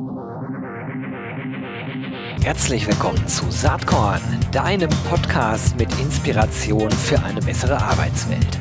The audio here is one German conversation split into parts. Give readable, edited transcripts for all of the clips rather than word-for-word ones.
Herzlich willkommen zu Saatkorn, deinem Podcast mit Inspiration für eine bessere Arbeitswelt.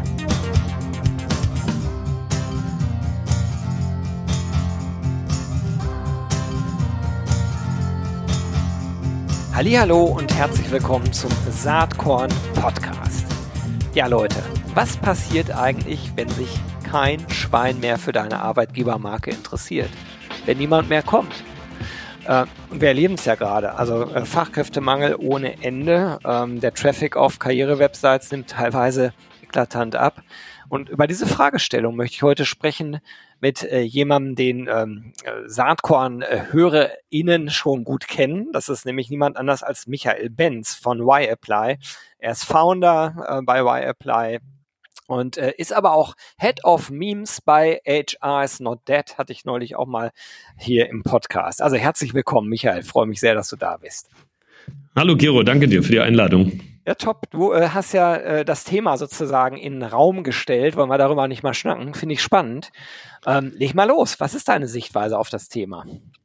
Hallihallo und herzlich willkommen zum Saatkorn Podcast. Ja Leute, was passiert eigentlich, wenn sich kein Schwein mehr für deine Arbeitgebermarke interessiert? Wenn niemand mehr kommt? Wir erleben es ja gerade, also Fachkräftemangel ohne Ende, der Traffic auf Karrierewebsites nimmt teilweise eklatant ab und über diese Fragestellung möchte ich heute sprechen mit jemandem, den Saatkorn-HörerInnen schon gut kennen. Das ist nämlich niemand anders als Michael Benz von Y-Apply. Er ist Founder bei Y-Apply. Und ist aber auch Head of Memes bei HR is Not Dead, hatte ich neulich auch mal hier im Podcast. Also herzlich willkommen, Michael. Freue mich sehr, dass du da bist. Hallo Gero, danke dir für die Einladung. Ja, top. Du hast ja das Thema sozusagen in den Raum gestellt. Wollen wir darüber nicht mal schnacken? Finde ich spannend. Leg mal los. Was ist deine Sichtweise auf das Thema?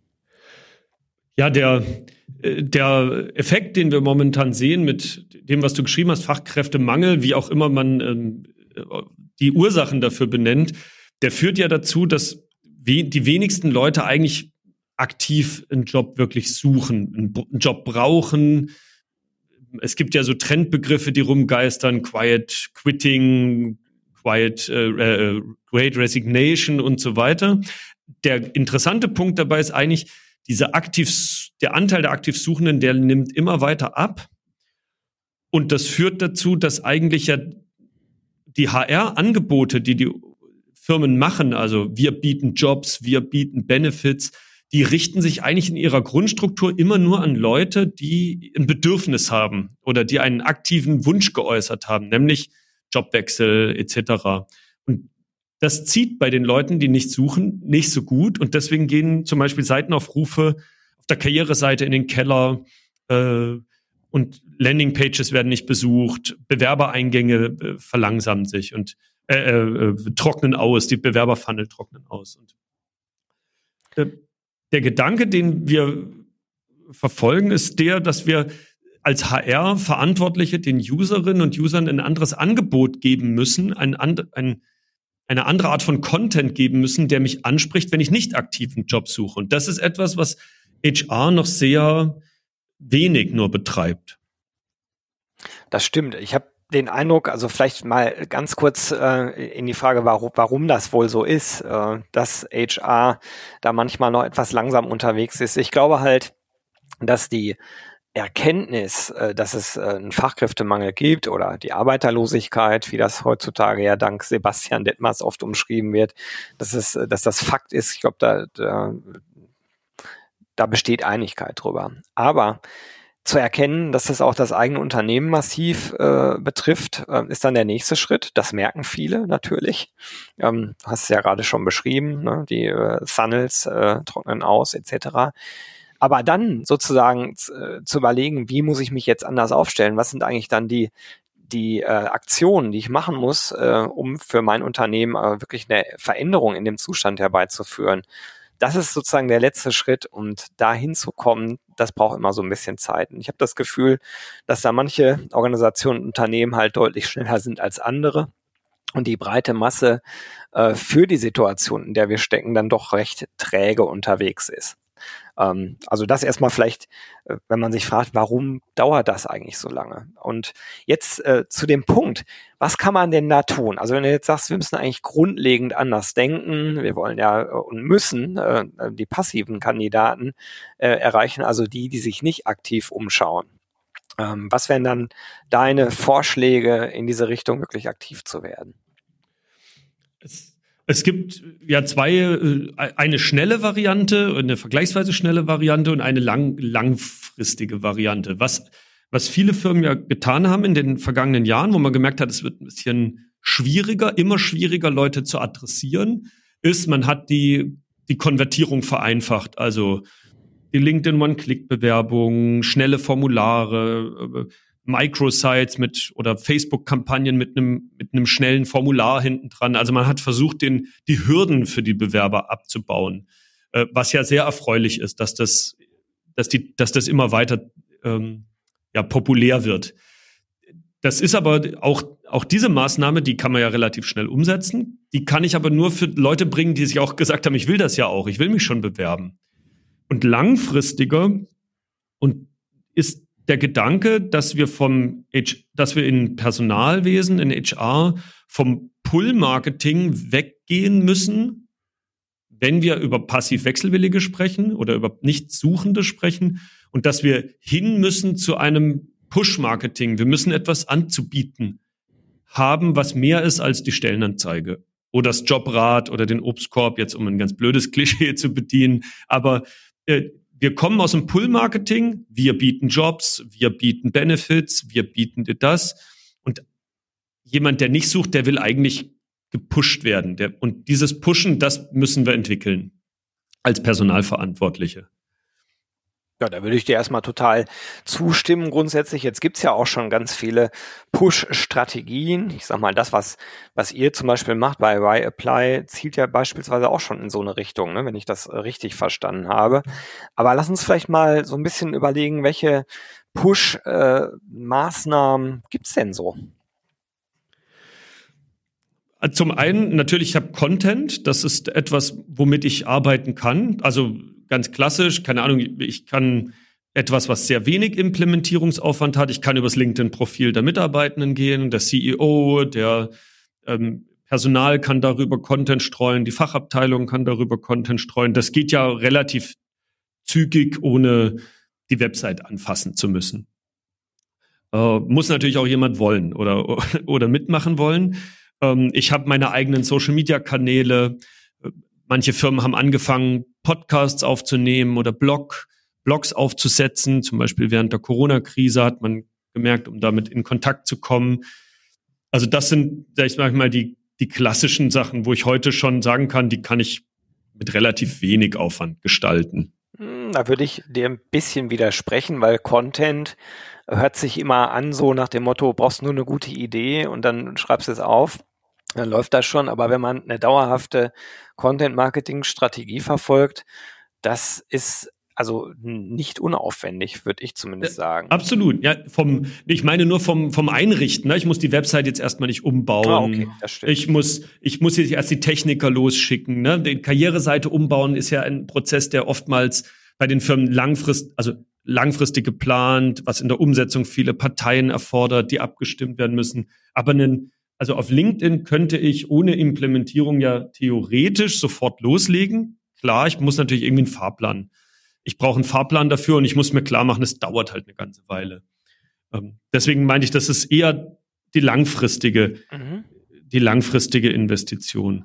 Ja, der Effekt, den wir momentan sehen mit dem, was du geschrieben hast, Fachkräftemangel, wie auch immer man die Ursachen dafür benennt, der führt ja dazu, dass die wenigsten Leute eigentlich aktiv einen Job wirklich suchen, einen Job brauchen. Es gibt ja so Trendbegriffe, die rumgeistern, Quiet Quitting, Great Resignation und so weiter. Der interessante Punkt dabei ist eigentlich, der Anteil der Aktivsuchenden, der nimmt immer weiter ab. Und das führt dazu, dass eigentlich ja die HR-Angebote, die Firmen machen, also wir bieten Jobs, wir bieten Benefits, die richten sich eigentlich in ihrer Grundstruktur immer nur an Leute, die ein Bedürfnis haben oder die einen aktiven Wunsch geäußert haben, nämlich Jobwechsel etc. Und das zieht bei den Leuten, die nicht suchen, nicht so gut. Und deswegen gehen zum Beispiel Seitenaufrufe auf der Karriereseite in den Keller und Landingpages werden nicht besucht, Bewerbereingänge verlangsamen sich und trocknen aus, die Bewerberfunnel trocknen aus. Und der Gedanke, den wir verfolgen, ist der, dass wir als HR-Verantwortliche den Userinnen und Usern ein anderes Angebot geben müssen, eine andere Art von Content geben müssen, der mich anspricht, wenn ich nicht aktiv einen Job suche. Und das ist etwas, was HR noch sehr wenig nur betreibt. Das stimmt. Ich habe den Eindruck, also vielleicht mal ganz kurz in die Frage, warum das wohl so ist, dass HR da manchmal noch etwas langsam unterwegs ist. Ich glaube halt, dass die Erkenntnis, dass es einen Fachkräftemangel gibt oder die Arbeiterlosigkeit, wie das heutzutage ja dank Sebastian Detmers oft umschrieben wird, dass das Fakt ist. Ich glaube, da besteht Einigkeit drüber. Aber zu erkennen, dass das auch das eigene Unternehmen massiv betrifft, ist dann der nächste Schritt. Das merken viele natürlich. Du hast es ja gerade schon beschrieben, ne? Die Funnels trocknen aus etc. Aber dann sozusagen zu überlegen, wie muss ich mich jetzt anders aufstellen? Was sind eigentlich dann die Aktionen, die ich machen muss, um für mein Unternehmen wirklich eine Veränderung in dem Zustand herbeizuführen? Das ist sozusagen der letzte Schritt und dahin zu kommen, das braucht immer so ein bisschen Zeit. Und ich habe das Gefühl, dass da manche Organisationen und Unternehmen halt deutlich schneller sind als andere und die breite Masse für die Situation, in der wir stecken, dann doch recht träge unterwegs ist. Also das erstmal vielleicht, wenn man sich fragt, warum dauert das eigentlich so lange? Und jetzt zu dem Punkt, was kann man denn da tun? Also wenn du jetzt sagst, wir müssen eigentlich grundlegend anders denken, wir wollen ja und müssen die passiven Kandidaten erreichen, also die sich nicht aktiv umschauen. Was wären dann deine Vorschläge, in diese Richtung wirklich aktiv zu werden? Es gibt ja eine schnelle Variante, eine vergleichsweise schnelle Variante und eine langfristige Variante. Was viele Firmen ja getan haben in den vergangenen Jahren, wo man gemerkt hat, es wird ein bisschen immer schwieriger, Leute zu adressieren, ist, man hat die Konvertierung vereinfacht. Also die LinkedIn One-Click-Bewerbung, schnelle Formulare, Microsites oder Facebook-Kampagnen mit einem schnellen Formular hinten dran. Also man hat versucht, die Hürden für die Bewerber abzubauen. was ja sehr erfreulich ist, dass das immer weiter populär wird. Das ist aber auch diese Maßnahme, die kann man ja relativ schnell umsetzen. Die kann ich aber nur für Leute bringen, die sich auch gesagt haben, ich will das ja auch, ich will mich schon bewerben. Und langfristiger ist der Gedanke, dass wir in Personalwesen, in HR, vom Pull-Marketing weggehen müssen, wenn wir über passiv-wechselwillige sprechen oder über Nichtsuchende sprechen, und dass wir hin müssen zu einem Push-Marketing. Wir müssen etwas anzubieten haben, was mehr ist als die Stellenanzeige oder das Jobrad oder den Obstkorb, jetzt um ein ganz blödes Klischee zu bedienen. Aber wir kommen aus dem Pull-Marketing, wir bieten Jobs, wir bieten Benefits, wir bieten dir das. Und jemand, der nicht sucht, der will eigentlich gepusht werden. Und dieses Pushen, das müssen wir entwickeln als Personalverantwortliche. Ja, da würde ich dir erstmal total zustimmen grundsätzlich. Jetzt gibt's ja auch schon ganz viele Push-Strategien. Ich sag mal, das, was ihr zum Beispiel macht bei Y-Apply, zielt ja beispielsweise auch schon in so eine Richtung, ne, wenn ich das richtig verstanden habe. Aber lass uns vielleicht mal so ein bisschen überlegen, welche Push-Maßnahmen gibt's denn so? Zum einen natürlich, ich habe Content. Das ist etwas, womit ich arbeiten kann. Also ganz klassisch, keine Ahnung, ich kann etwas, was sehr wenig Implementierungsaufwand hat. Ich kann übers LinkedIn-Profil der Mitarbeitenden gehen, der CEO, der Personal kann darüber Content streuen, die Fachabteilung kann darüber Content streuen. Das geht ja relativ zügig, ohne die Website anfassen zu müssen. Muss natürlich auch jemand wollen oder mitmachen wollen. Ich habe meine eigenen Social-Media-Kanäle. Manche Firmen haben angefangen, Podcasts aufzunehmen oder Blogs aufzusetzen. Zum Beispiel während der Corona-Krise hat man gemerkt, um damit in Kontakt zu kommen. Also das sind, sag ich mal, die klassischen Sachen, wo ich heute schon sagen kann, die kann ich mit relativ wenig Aufwand gestalten. Da würde ich dir ein bisschen widersprechen, weil Content hört sich immer an, so nach dem Motto, brauchst nur eine gute Idee und dann schreibst du es auf. Dann läuft das schon, aber wenn man eine dauerhafte Content-Marketing-Strategie verfolgt, das ist also nicht unaufwendig, würde ich zumindest sagen. Absolut, ja. Ich meine nur vom Einrichten. Ne? Ich muss die Website jetzt erstmal nicht umbauen. Okay, das stimmt. Ich muss jetzt erst die Techniker losschicken. Ne? Die Karriereseite umbauen ist ja ein Prozess, der oftmals bei den Firmen langfristig geplant, was in der Umsetzung viele Parteien erfordert, die abgestimmt werden müssen. Aber also auf LinkedIn könnte ich ohne Implementierung ja theoretisch sofort loslegen. Klar, ich muss natürlich irgendwie einen Fahrplan. Ich brauche einen Fahrplan dafür und ich muss mir klar machen, es dauert halt eine ganze Weile. Deswegen meinte ich, das ist eher die langfristige Investition.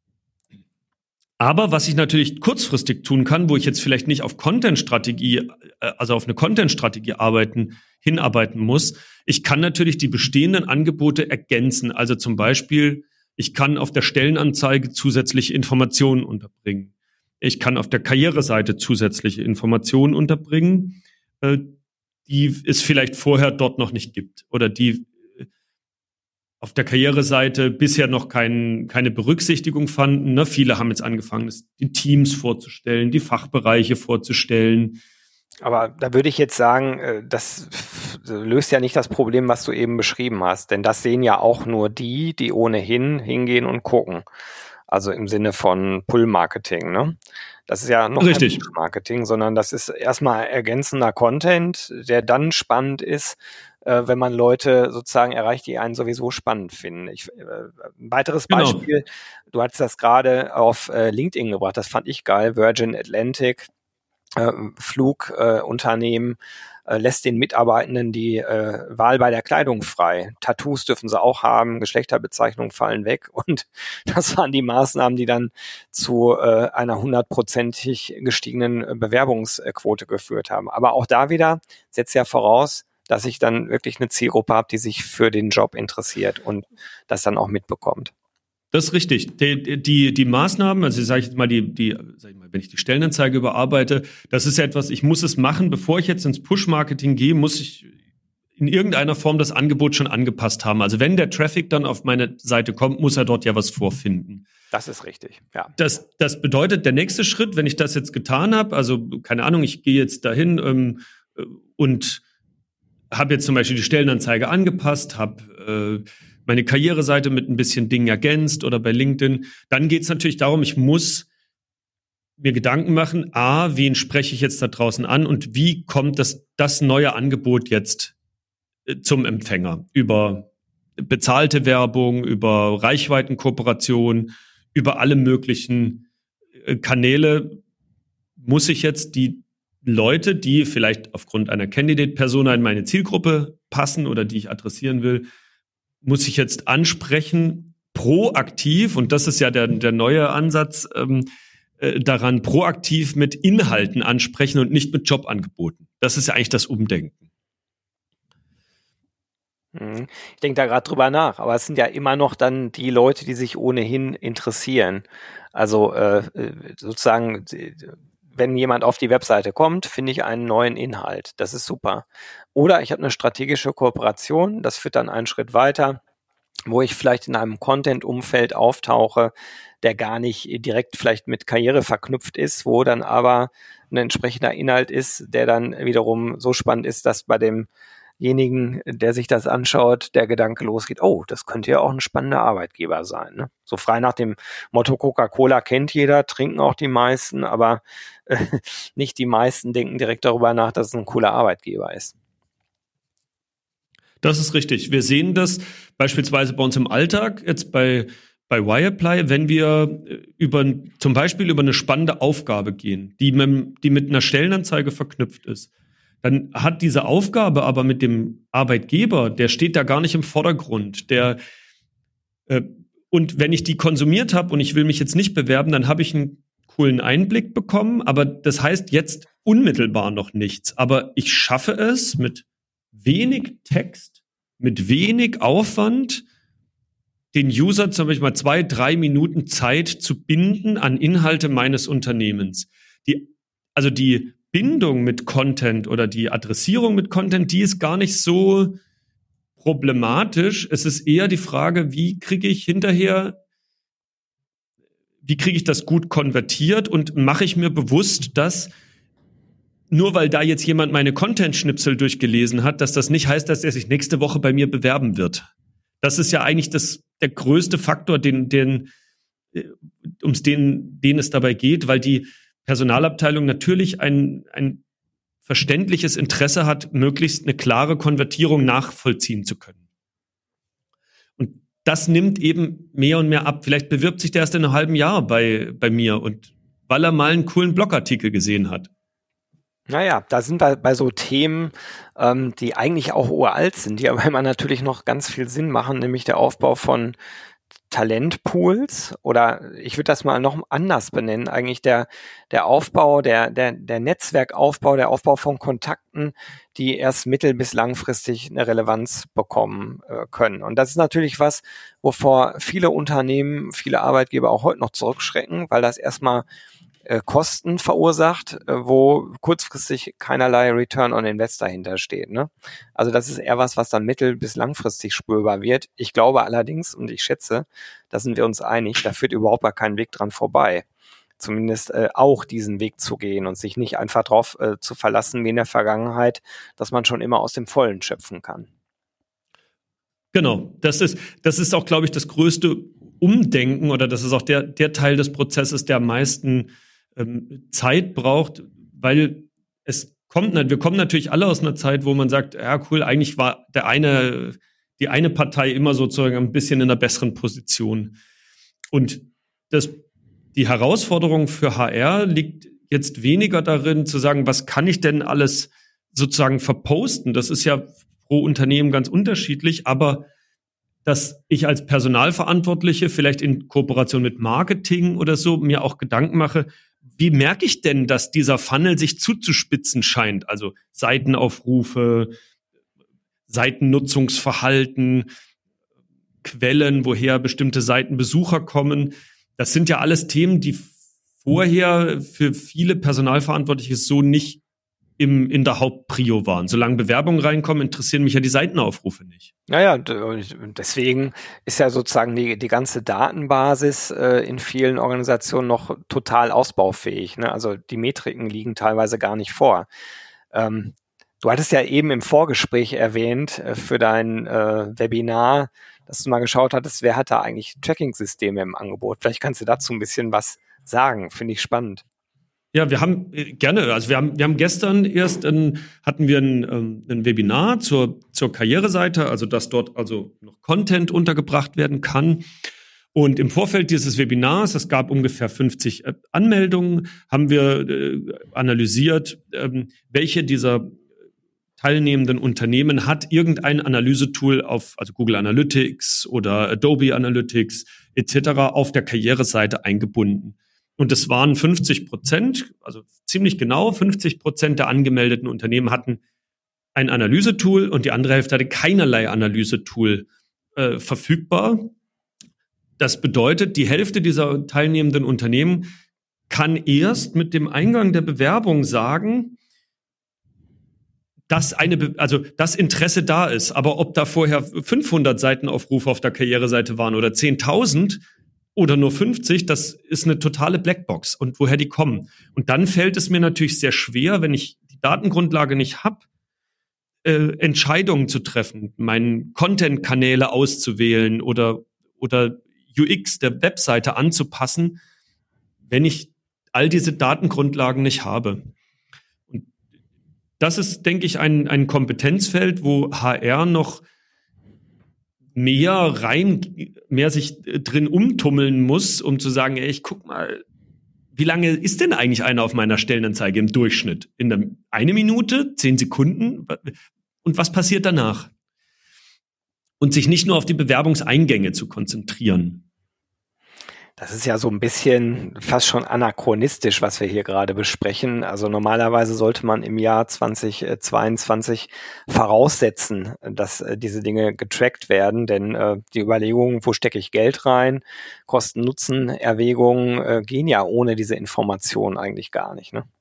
Aber was ich natürlich kurzfristig tun kann, wo ich jetzt vielleicht nicht auf Content-Strategie, also auf eine Content-Strategie hinarbeiten muss, ich kann natürlich die bestehenden Angebote ergänzen. Also zum Beispiel, ich kann auf der Stellenanzeige zusätzliche Informationen unterbringen. Ich kann auf der Karriereseite zusätzliche Informationen unterbringen, die es vielleicht vorher dort noch nicht gibt oder die auf der Karriereseite bisher noch keine Berücksichtigung fanden. Ne? Viele haben jetzt angefangen, die Teams vorzustellen, die Fachbereiche vorzustellen. Aber da würde ich jetzt sagen, das löst ja nicht das Problem, was du eben beschrieben hast. Denn das sehen ja auch nur die ohnehin hingehen und gucken. Also im Sinne von Pull-Marketing, ne? Das ist ja noch kein Push-Marketing, sondern das ist erstmal ergänzender Content, der dann spannend ist, wenn man Leute sozusagen erreicht, die einen sowieso spannend finden. Ein weiteres Beispiel, du hattest das gerade auf LinkedIn gebracht, das fand ich geil, Virgin Atlantic, Flugunternehmen, lässt den Mitarbeitenden die Wahl bei der Kleidung frei. Tattoos dürfen sie auch haben, Geschlechterbezeichnungen fallen weg und das waren die Maßnahmen, die dann zu einer 100%ig gestiegenen Bewerbungsquote geführt haben. Aber auch da wieder setzt ja voraus, dass ich dann wirklich eine Zielgruppe habe, die sich für den Job interessiert und das dann auch mitbekommt. Das ist richtig. Die Maßnahmen, also sage ich mal, wenn ich die Stellenanzeige überarbeite, das ist ja etwas, ich muss es machen, bevor ich jetzt ins Push-Marketing gehe, muss ich in irgendeiner Form das Angebot schon angepasst haben. Also wenn der Traffic dann auf meine Seite kommt, muss er dort ja was vorfinden. Das ist richtig, ja. Das bedeutet, der nächste Schritt, wenn ich das jetzt getan habe, also keine Ahnung, ich gehe jetzt dahin und habe jetzt zum Beispiel die Stellenanzeige angepasst, habe meine Karriereseite mit ein bisschen Dingen ergänzt oder bei LinkedIn, dann geht es natürlich darum, ich muss mir Gedanken machen, wen spreche ich jetzt da draußen an und wie kommt das neue Angebot jetzt zum Empfänger? Über bezahlte Werbung, über Reichweitenkooperation, über alle möglichen Kanäle muss ich jetzt die Leute, die vielleicht aufgrund einer Candidate-Persona in meine Zielgruppe passen oder die ich adressieren will, muss ich jetzt ansprechen, proaktiv, und das ist ja der neue Ansatz, daran proaktiv mit Inhalten ansprechen und nicht mit Jobangeboten. Das ist ja eigentlich das Umdenken. Ich denke da gerade drüber nach, aber es sind ja immer noch dann die Leute, die sich ohnehin interessieren. Also sozusagen, wenn jemand auf die Webseite kommt, finde ich einen neuen Inhalt. Das ist super. Oder ich habe eine strategische Kooperation, das führt dann einen Schritt weiter, wo ich vielleicht in einem Content-Umfeld auftauche, der gar nicht direkt vielleicht mit Karriere verknüpft ist, wo dann aber ein entsprechender Inhalt ist, der dann wiederum so spannend ist, dass bei demjenigen, der sich das anschaut, der Gedanke losgeht, oh, das könnte ja auch ein spannender Arbeitgeber sein. Ne? So frei nach dem Motto, Coca-Cola kennt jeder, trinken auch die meisten, aber nicht die meisten denken direkt darüber nach, dass es ein cooler Arbeitgeber ist. Das ist richtig. Wir sehen das beispielsweise bei uns im Alltag, jetzt bei Wireplay, wenn wir zum Beispiel über eine spannende Aufgabe gehen, die mit einer Stellenanzeige verknüpft ist. Dann hat diese Aufgabe aber mit dem Arbeitgeber, der steht da gar nicht im Vordergrund. Und wenn ich die konsumiert habe und ich will mich jetzt nicht bewerben, dann habe ich einen coolen Einblick bekommen, aber das heißt jetzt unmittelbar noch nichts. Aber ich schaffe es mit wenig Text, mit wenig Aufwand, den User zum Beispiel mal 2-3 Minuten Zeit zu binden an Inhalte meines Unternehmens. Die Bindung mit Content oder die Adressierung mit Content, die ist gar nicht so problematisch. Es ist eher die Frage, wie kriege ich das gut konvertiert und mache ich mir bewusst, dass nur weil da jetzt jemand meine Content-Schnipsel durchgelesen hat, dass das nicht heißt, dass er sich nächste Woche bei mir bewerben wird. Das ist ja eigentlich der größte Faktor, den es dabei geht, weil die Personalabteilung natürlich ein verständliches Interesse hat, möglichst eine klare Konvertierung nachvollziehen zu können. Und das nimmt eben mehr und mehr ab. Vielleicht bewirbt sich der erst in einem halben Jahr bei mir und weil er mal einen coolen Blogartikel gesehen hat. Naja, da sind wir bei so Themen, die eigentlich auch uralt sind, die aber immer natürlich noch ganz viel Sinn machen, nämlich der Aufbau von Talentpools, oder ich würde das mal noch anders benennen, eigentlich der Aufbau, der Netzwerkaufbau, der Aufbau von Kontakten, die erst mittel- bis langfristig eine Relevanz bekommen können. Und das ist natürlich was, wovor viele Unternehmen, viele Arbeitgeber auch heute noch zurückschrecken, weil das erstmal Kosten verursacht, wo kurzfristig keinerlei Return on Invest dahinter steht. Ne? Also das ist eher was dann mittel- bis langfristig spürbar wird. Ich glaube allerdings, und ich schätze, da sind wir uns einig, da führt überhaupt gar kein Weg dran vorbei. Zumindest auch diesen Weg zu gehen und sich nicht einfach darauf zu verlassen wie in der Vergangenheit, dass man schon immer aus dem Vollen schöpfen kann. Genau, das ist auch, glaube ich, das größte Umdenken, oder das ist auch der Teil des Prozesses, der am meisten Zeit braucht, weil wir kommen natürlich alle aus einer Zeit, wo man sagt, ja cool, eigentlich war die eine Partei immer sozusagen ein bisschen in einer besseren Position. Und die Herausforderung für HR liegt jetzt weniger darin zu sagen, was kann ich denn alles sozusagen verposten? Das ist ja pro Unternehmen ganz unterschiedlich, aber dass ich als Personalverantwortliche vielleicht in Kooperation mit Marketing oder so mir auch Gedanken mache, wie merke ich denn, dass dieser Funnel sich zuzuspitzen scheint? Also Seitenaufrufe, Seitennutzungsverhalten, Quellen, woher bestimmte Seitenbesucher kommen. Das sind ja alles Themen, die vorher für viele Personalverantwortliche so nicht in der Hauptprio waren. Solange Bewerbungen reinkommen, interessieren mich ja die Seitenaufrufe nicht. Naja, deswegen ist ja sozusagen die ganze Datenbasis in vielen Organisationen noch total ausbaufähig. Ne? Also die Metriken liegen teilweise gar nicht vor. Du hattest ja eben im Vorgespräch erwähnt für dein Webinar, dass du mal geschaut hattest, wer hat da eigentlich Tracking-Systeme im Angebot. Vielleicht kannst du dazu ein bisschen was sagen. Finde ich spannend. Ja, wir haben gerne, also wir haben gestern erst hatten wir ein Webinar zur Karriereseite, also dass dort also noch Content untergebracht werden kann. Und im Vorfeld dieses Webinars, es gab ungefähr 50 Anmeldungen, haben wir analysiert, welche dieser teilnehmenden Unternehmen hat irgendein Analysetool also Google Analytics oder Adobe Analytics etc. auf der Karriereseite eingebunden. Und es waren 50%, also ziemlich genau 50% der angemeldeten Unternehmen hatten ein Analysetool und die andere Hälfte hatte keinerlei Analysetool verfügbar. Das bedeutet, die Hälfte dieser teilnehmenden Unternehmen kann erst mit dem Eingang der Bewerbung sagen, dass das Interesse da ist. Aber ob da vorher 500 Seitenaufrufe auf der Karriereseite waren oder 10.000 oder nur 50, das ist eine totale Blackbox. Und woher die kommen. Und dann fällt es mir natürlich sehr schwer, wenn ich die Datengrundlage nicht habe, Entscheidungen zu treffen, meinen Content-Kanäle auszuwählen oder UX der Webseite anzupassen, wenn ich all diese Datengrundlagen nicht habe. Und das ist, denke ich, ein Kompetenzfeld, wo HR noch mehr sich drin umtummeln muss, um zu sagen, ey, ich guck mal, wie lange ist denn eigentlich einer auf meiner Stellenanzeige im Durchschnitt? In eine Minute, 10 Sekunden? Und was passiert danach? Und sich nicht nur auf die Bewerbungseingänge zu konzentrieren. Das ist ja so ein bisschen fast schon anachronistisch, was wir hier gerade besprechen. Also normalerweise sollte man im Jahr 2022 voraussetzen, dass diese Dinge getrackt werden, denn die Überlegungen, wo stecke ich Geld rein, Kosten-Nutzen-Erwägungen gehen ja ohne diese Informationen eigentlich gar nicht, ne?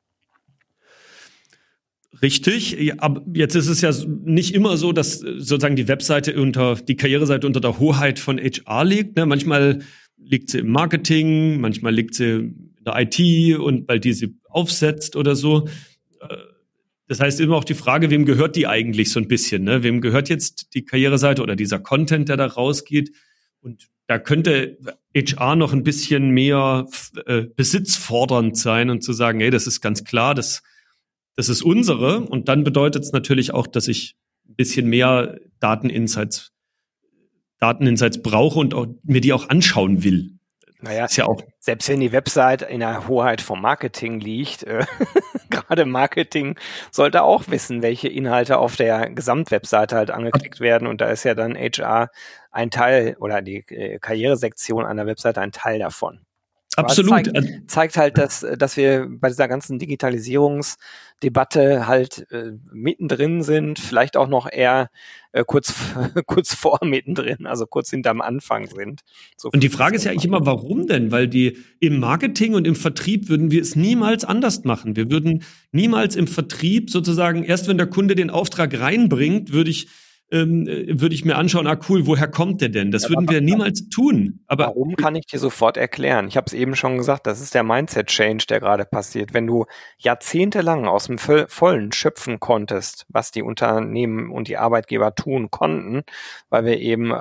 Richtig, ja, aber jetzt ist es ja nicht immer so, dass sozusagen die Karriereseite unter der Hoheit von HR liegt. Ne? Manchmal liegt sie im Marketing, manchmal liegt sie in der IT und weil die sie aufsetzt oder so. Das heißt immer auch die Frage, wem gehört die eigentlich so ein bisschen? Ne? Wem gehört jetzt die Karriereseite oder dieser Content, der da rausgeht? Und da könnte HR noch ein bisschen mehr besitzfordernd sein und zu sagen, hey, das ist ganz klar, das ist unsere. Und dann bedeutet es natürlich auch, dass ich ein bisschen mehr Dateninsights brauche und auch, mir die auch anschauen will. Naja, ist ja auch, selbst wenn die Website in der Hoheit vom Marketing liegt, gerade Marketing sollte auch wissen, welche Inhalte auf der Gesamtwebseite halt angeklickt werden. Und da ist ja dann HR ein Teil oder die Karrieresektion einer Webseite ein Teil davon. Absolut. Zeigt halt, dass wir bei dieser ganzen Digitalisierungsdebatte halt mittendrin sind, vielleicht auch noch eher kurz vor mittendrin, also kurz hinterm Anfang sind. So, und die Frage ist ja eigentlich immer, warum denn? Weil im Marketing und im Vertrieb würden wir es niemals anders machen. Wir würden niemals im Vertrieb sozusagen, erst wenn der Kunde den Auftrag reinbringt, würde ich mir anschauen, cool, woher kommt der denn? Das würden wir niemals tun. Aber warum, kann ich dir sofort erklären. Ich habe es eben schon gesagt, das ist der Mindset-Change, der gerade passiert. Wenn du jahrzehntelang aus dem Vollen schöpfen konntest, was die Unternehmen und die Arbeitgeber tun konnten, weil wir eben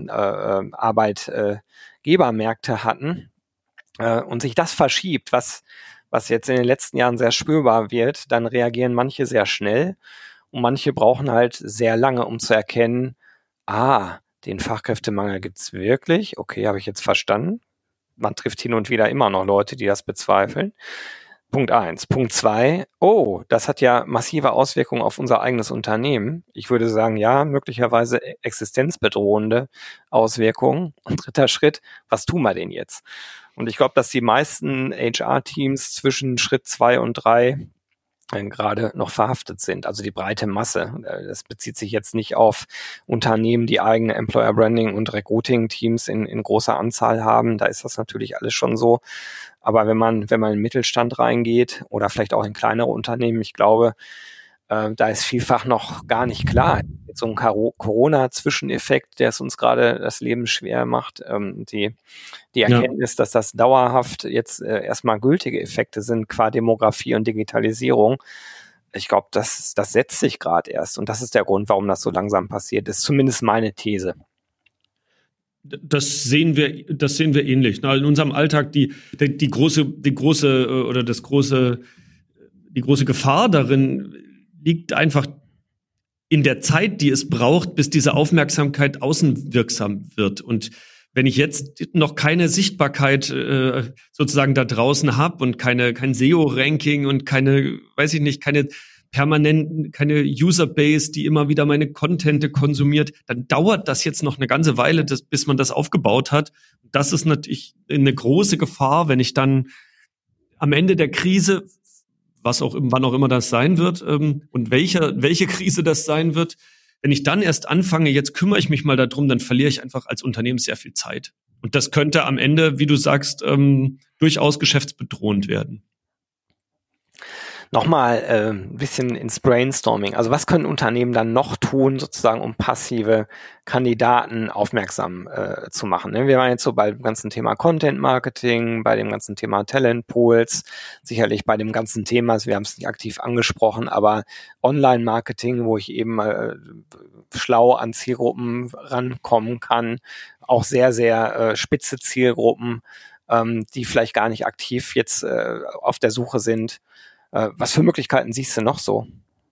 Arbeitgebermärkte hatten und sich das verschiebt, was jetzt in den letzten Jahren sehr spürbar wird, dann reagieren manche sehr schnell. Und manche brauchen halt sehr lange, um zu erkennen, den Fachkräftemangel gibt's wirklich. Okay, habe ich jetzt verstanden. Man trifft hin und wieder immer noch Leute, die das bezweifeln. Punkt 1. Punkt 2, das hat ja massive Auswirkungen auf unser eigenes Unternehmen. Ich würde sagen, ja, möglicherweise existenzbedrohende Auswirkungen. Und 3. Schritt, was tun wir denn jetzt? Und ich glaube, dass die meisten HR-Teams zwischen Schritt 2 und 3 gerade noch verhaftet sind, also die breite Masse. Das bezieht sich jetzt nicht auf Unternehmen, die eigene Employer Branding und Recruiting-Teams in großer Anzahl haben. Da ist das natürlich alles schon so. Aber wenn man in den Mittelstand reingeht oder vielleicht auch in kleinere Unternehmen, ich glaube, da ist vielfach noch gar nicht klar. Jetzt so ein Corona-Zwischeneffekt, der es uns gerade das Leben schwer macht. Die Erkenntnis, dass das dauerhaft jetzt erstmal gültige Effekte sind qua Demografie und Digitalisierung. Ich glaube, das setzt sich gerade erst. Und das ist der Grund, warum das so langsam passiert. Das ist zumindest meine These. Das sehen wir ähnlich. In unserem Alltag die große Gefahr darin liegt einfach in der Zeit, die es braucht, bis diese Aufmerksamkeit außenwirksam wird. Und wenn ich jetzt noch keine Sichtbarkeit sozusagen da draußen habe und kein SEO-Ranking und keine User-Base, die immer wieder meine Contente konsumiert, dann dauert das jetzt noch eine ganze Weile, bis man das aufgebaut hat. Das ist natürlich eine große Gefahr, wenn ich dann am Ende der Krise, wann auch immer das sein wird, und welche Krise das sein wird, wenn ich dann erst anfange, jetzt kümmere ich mich mal darum, dann verliere ich einfach als Unternehmen sehr viel Zeit. Und das könnte am Ende, wie du sagst, durchaus geschäftsbedrohend werden. Nochmal ein bisschen ins Brainstorming. Also was können Unternehmen dann noch tun, sozusagen, um passive Kandidaten aufmerksam zu machen? Wir waren jetzt so bei dem ganzen Thema Content Marketing, bei dem ganzen Thema Talent Pools, sicherlich bei dem ganzen Thema, wir haben es nicht aktiv angesprochen, aber Online Marketing, wo ich eben schlau an Zielgruppen rankommen kann, auch sehr, sehr spitze Zielgruppen, die vielleicht gar nicht aktiv jetzt auf der Suche sind. Was für Möglichkeiten siehst du noch so?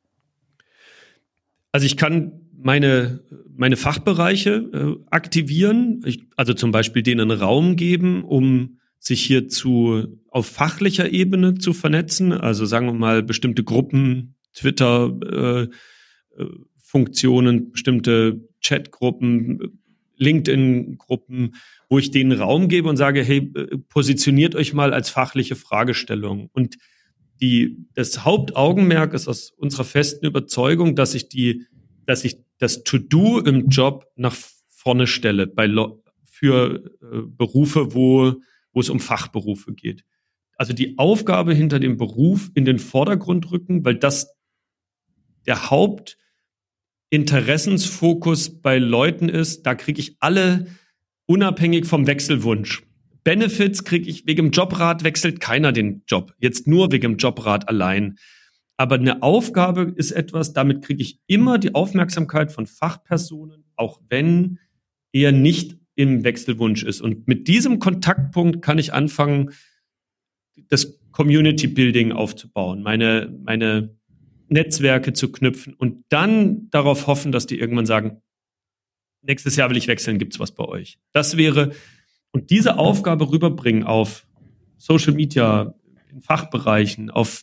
Also ich kann meine Fachbereiche aktivieren, also zum Beispiel denen Raum geben, um sich hier auf fachlicher Ebene zu vernetzen. Also sagen wir mal bestimmte Gruppen, Twitter, Funktionen, bestimmte Chatgruppen, LinkedIn-Gruppen, wo ich denen Raum gebe und sage, hey, positioniert euch mal als fachliche Fragestellung. Und das Hauptaugenmerk ist aus unserer festen Überzeugung, dass ich das To-Do im Job nach vorne stelle für Berufe, wo es um Fachberufe geht. Also die Aufgabe hinter dem Beruf in den Vordergrund rücken, weil das der Hauptinteressensfokus bei Leuten ist. Da kriege ich alle unabhängig vom Wechselwunsch. Benefits kriege ich, wegen dem Jobrat wechselt keiner den Job. Jetzt nur wegen dem Jobrat allein. Aber eine Aufgabe ist etwas, damit kriege ich immer die Aufmerksamkeit von Fachpersonen, auch wenn er nicht im Wechselwunsch ist. Und mit diesem Kontaktpunkt kann ich anfangen, das Community Building aufzubauen, meine Netzwerke zu knüpfen und dann darauf hoffen, dass die irgendwann sagen, nächstes Jahr will ich wechseln, gibt's was bei euch? Das wäre, und diese Aufgabe rüberbringen auf Social Media, in Fachbereichen, auf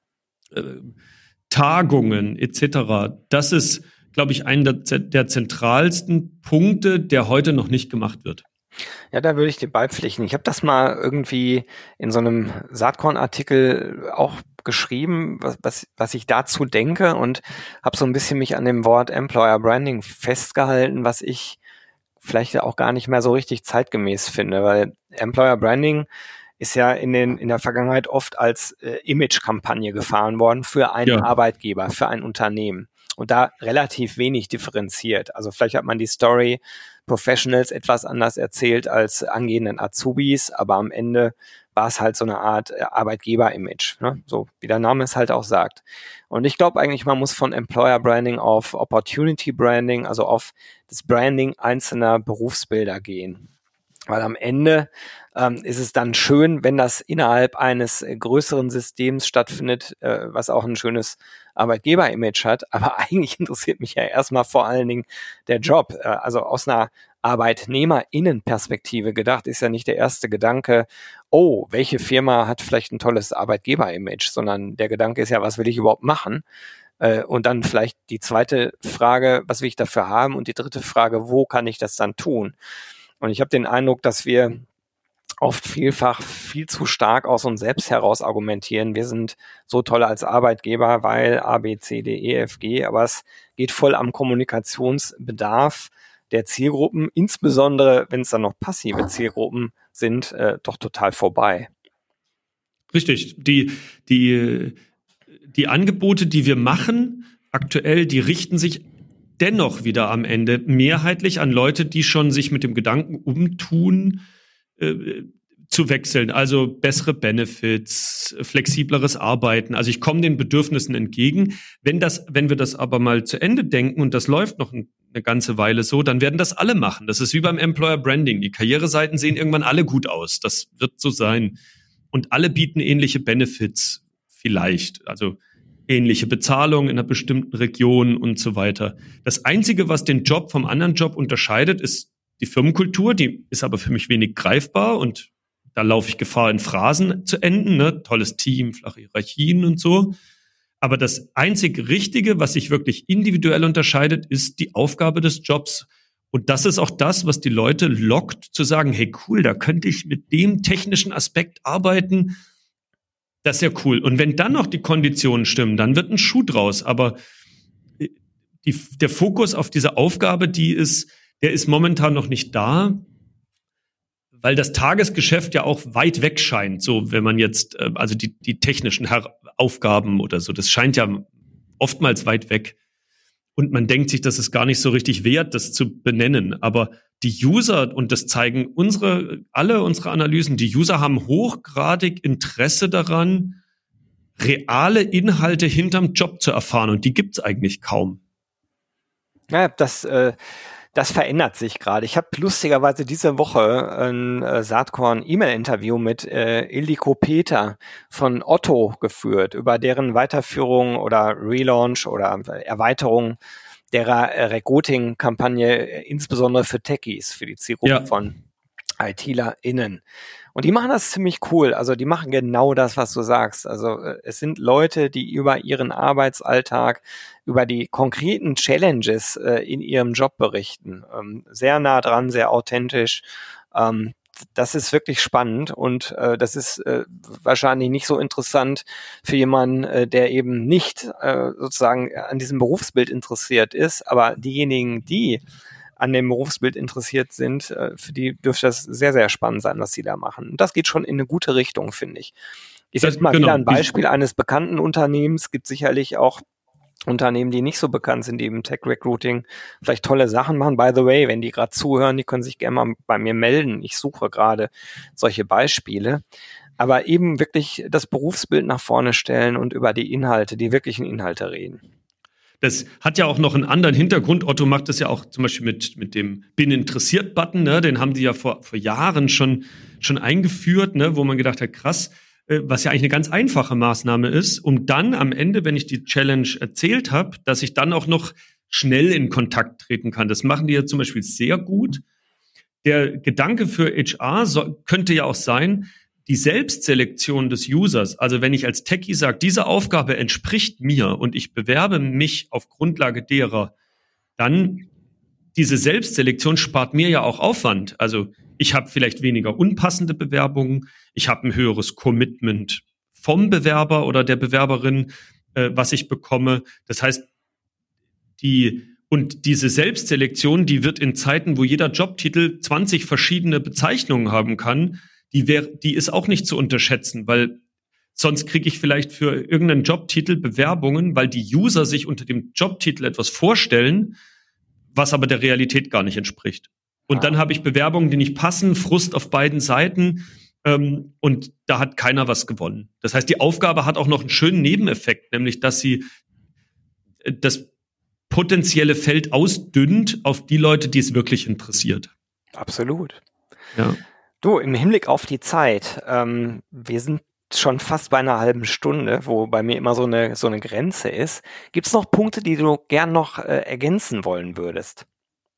Tagungen etc., das ist, glaube ich, einer der zentralsten Punkte, der heute noch nicht gemacht wird. Ja, da würde ich dir beipflichten. Ich habe das mal irgendwie in so einem Saatkorn-Artikel auch geschrieben, was ich dazu denke, und habe so ein bisschen mich an dem Wort Employer Branding festgehalten, was ich vielleicht auch gar nicht mehr so richtig zeitgemäß finde, weil Employer Branding ist ja in der Vergangenheit oft als Image-Kampagne gefahren worden für einen Arbeitgeber, für ein Unternehmen. Und da relativ wenig differenziert. Also vielleicht hat man die Story Professionals etwas anders erzählt als angehenden Azubis, aber am Ende war es halt so eine Art Arbeitgeber-Image, ne? So wie der Name es halt auch sagt. Und ich glaube eigentlich, man muss von Employer Branding auf Opportunity Branding, also auf das Branding einzelner Berufsbilder gehen. Weil am Ende ist es dann schön, wenn das innerhalb eines größeren Systems stattfindet, was auch ein schönes Arbeitgeber-Image hat. Aber eigentlich interessiert mich ja erstmal vor allen Dingen der Job. Also aus einer ArbeitnehmerInnen-Perspektive gedacht ist ja nicht der erste Gedanke, oh, welche Firma hat vielleicht ein tolles Arbeitgeber-Image, sondern der Gedanke ist ja, was will ich überhaupt machen? Und dann vielleicht die zweite Frage, was will ich dafür haben? Und die dritte Frage, wo kann ich das dann tun? Und ich habe den Eindruck, dass wir oft vielfach viel zu stark aus uns selbst heraus argumentieren. Wir sind so toll als Arbeitgeber, weil A, B, C, D, E, F, G, aber es geht voll am Kommunikationsbedarf der Zielgruppen, insbesondere wenn es dann noch passive Zielgruppen sind, doch total vorbei. Richtig. Die Angebote, die wir machen aktuell, die richten sich dennoch wieder am Ende mehrheitlich an Leute, die schon sich mit dem Gedanken umtun, zu wechseln. Also bessere Benefits, flexibleres Arbeiten. Also ich komme den Bedürfnissen entgegen. Wenn wir das aber mal zu Ende denken und das läuft noch eine ganze Weile so, dann werden das alle machen. Das ist wie beim Employer Branding. Die Karriereseiten sehen irgendwann alle gut aus. Das wird so sein. Und alle bieten ähnliche Benefits vielleicht. Also ähnliche Bezahlung in einer bestimmten Region und so weiter. Das Einzige, was den Job vom anderen Job unterscheidet, ist die Firmenkultur. Die ist aber für mich wenig greifbar und da laufe ich Gefahr, in Phrasen zu enden. Ne? Tolles Team, flache Hierarchien und so. Aber das einzig Richtige, was sich wirklich individuell unterscheidet, ist die Aufgabe des Jobs. Und das ist auch das, was die Leute lockt, zu sagen, hey cool, da könnte ich mit dem technischen Aspekt arbeiten. Das ist ja cool. Und wenn dann noch die Konditionen stimmen, dann wird ein Schuh draus. Aber der Fokus auf diese Aufgabe, der ist momentan noch nicht da, weil das Tagesgeschäft ja auch weit weg scheint. So, wenn man jetzt, also die technischen Aufgaben oder so, das scheint ja oftmals weit weg. Und man denkt sich, das ist gar nicht so richtig wert, das zu benennen. Aber die User, und das zeigen alle unsere Analysen, die User haben hochgradig Interesse daran, reale Inhalte hinterm Job zu erfahren. Und die gibt's eigentlich kaum. Ja, das verändert sich gerade. Ich habe lustigerweise diese Woche ein Saatkorn-E-Mail-Interview mit Ildiko Peter von Otto geführt, über deren Weiterführung oder Relaunch oder Erweiterung der Recruiting-Kampagne, insbesondere für Techies, für die Zielgruppe von ITlerInnen. Und die machen das ziemlich cool. Also die machen genau das, was du sagst. Also es sind Leute, die über ihren Arbeitsalltag, über die konkreten Challenges in ihrem Job berichten. Sehr nah dran, sehr authentisch. Das ist wirklich spannend und das ist wahrscheinlich nicht so interessant für jemanden, der eben nicht sozusagen an diesem Berufsbild interessiert ist. Aber diejenigen, die an dem Berufsbild interessiert sind, für die dürfte das sehr, sehr spannend sein, was sie da machen. Und das geht schon in eine gute Richtung, finde ich. Ich setze mal wieder ein Beispiel eines bekannten Unternehmens. Es gibt sicherlich auch Unternehmen, die nicht so bekannt sind, die im Tech-Recruiting vielleicht tolle Sachen machen. By the way, wenn die gerade zuhören, die können sich gerne mal bei mir melden. Ich suche gerade solche Beispiele. Aber eben wirklich das Berufsbild nach vorne stellen und über die Inhalte, die wirklichen Inhalte reden. Das hat ja auch noch einen anderen Hintergrund. Otto macht das ja auch zum Beispiel mit dem Bin interessiert-Button, ne? Den haben die ja vor Jahren schon eingeführt, ne? Wo man gedacht hat, krass, was ja eigentlich eine ganz einfache Maßnahme ist, um dann am Ende, wenn ich die Challenge erzählt habe, dass ich dann auch noch schnell in Kontakt treten kann. Das machen die ja zum Beispiel sehr gut. Der Gedanke für HR könnte ja auch sein, die Selbstselektion des Users, also wenn ich als Techie sage, diese Aufgabe entspricht mir und ich bewerbe mich auf Grundlage derer, dann diese Selbstselektion spart mir ja auch Aufwand. Also ich habe vielleicht weniger unpassende Bewerbungen, ich habe ein höheres Commitment vom Bewerber oder der Bewerberin, was ich bekomme. Das heißt, diese Selbstselektion, die wird in Zeiten, wo jeder Jobtitel 20 verschiedene Bezeichnungen haben kann, die ist auch nicht zu unterschätzen, weil sonst kriege ich vielleicht für irgendeinen Jobtitel Bewerbungen, weil die User sich unter dem Jobtitel etwas vorstellen, was aber der Realität gar nicht entspricht. Und dann habe ich Bewerbungen, die nicht passen, Frust auf beiden Seiten und da hat keiner was gewonnen. Das heißt, die Aufgabe hat auch noch einen schönen Nebeneffekt, nämlich dass sie das potenzielle Feld ausdünnt auf die Leute, die es wirklich interessiert. Absolut. Ja. Du, im Hinblick auf die Zeit, wir sind schon fast bei einer halben Stunde, wo bei mir immer so eine Grenze ist. Gibt es noch Punkte, die du gern noch ergänzen wollen würdest?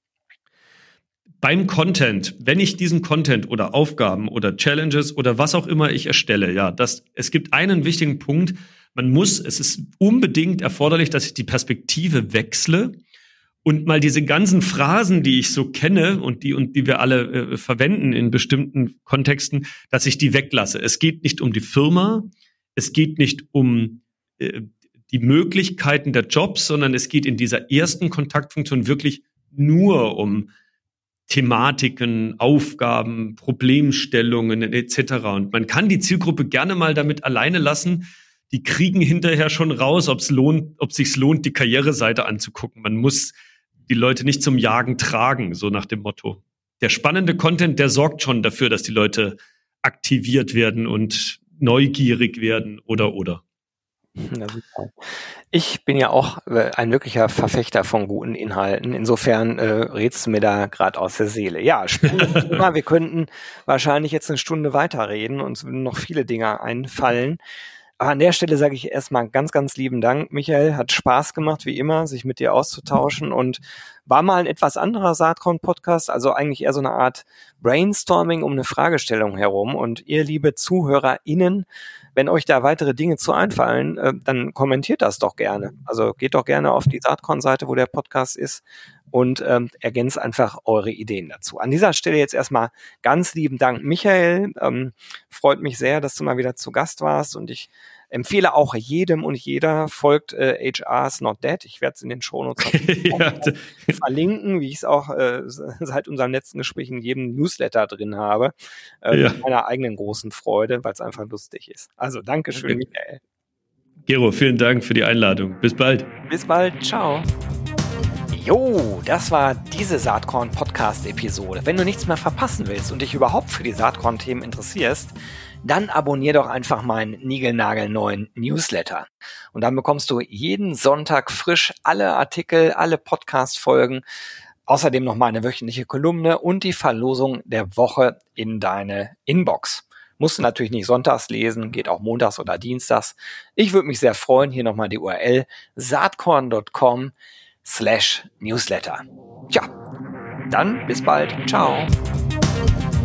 Beim Content, wenn ich diesen Content oder Aufgaben oder Challenges oder was auch immer ich erstelle, ja, es gibt einen wichtigen Punkt, es ist unbedingt erforderlich, dass ich die Perspektive wechsle und mal diese ganzen Phrasen, die ich so kenne und die wir alle verwenden in bestimmten Kontexten, dass ich die weglasse. Es geht nicht um die Firma, es geht nicht um die Möglichkeiten der Jobs, sondern es geht in dieser ersten Kontaktfunktion wirklich nur um Thematiken, Aufgaben, Problemstellungen etc. Und man kann die Zielgruppe gerne mal damit alleine lassen. Die kriegen hinterher schon raus, ob es sich lohnt, die Karriereseite anzugucken. Man muss die Leute nicht zum Jagen tragen, so nach dem Motto. Der spannende Content, der sorgt schon dafür, dass die Leute aktiviert werden und neugierig werden oder. Ja, super. Ich bin ja auch ein wirklicher Verfechter von guten Inhalten. Insofern redst du mir da gerade aus der Seele. Ja, spannendes Thema. Wir könnten wahrscheinlich jetzt eine Stunde weiterreden und uns würden noch viele Dinge einfallen. Aber an der Stelle sage ich erstmal ganz, ganz lieben Dank, Michael. Hat Spaß gemacht, wie immer, sich mit dir auszutauschen und war mal ein etwas anderer Saatkorn-Podcast, also eigentlich eher so eine Art Brainstorming um eine Fragestellung herum. Und ihr, liebe ZuhörerInnen, wenn euch da weitere Dinge zu einfallen, dann kommentiert das doch gerne. Also geht doch gerne auf die Saatkorn-Seite, wo der Podcast ist, und ergänzt einfach eure Ideen dazu. An dieser Stelle jetzt erstmal ganz lieben Dank, Michael. Freut mich sehr, dass du mal wieder zu Gast warst, und ich empfehle auch jedem und jeder, folgt HR's Not Dead. Ich werde es in den Shownotes verlinken, wie ich es auch seit unserem letzten Gespräch in jedem Newsletter drin habe. Mit meiner eigenen großen Freude, weil es einfach lustig ist. Also Dankeschön, Michael. Gero, vielen Dank für die Einladung. Bis bald. Bis bald. Ciao. Jo, das war diese Saatkorn-Podcast-Episode. Wenn du nichts mehr verpassen willst und dich überhaupt für die Saatkorn-Themen interessierst, dann abonnier doch einfach meinen niegelnagelneuen Newsletter. Und dann bekommst du jeden Sonntag frisch alle Artikel, alle Podcast-Folgen, außerdem noch meine wöchentliche Kolumne und die Verlosung der Woche in deine Inbox. Musst du natürlich nicht sonntags lesen, geht auch montags oder dienstags. Ich würde mich sehr freuen, hier nochmal die URL saatkorn.com/Newsletter. Tja, dann bis bald. Ciao.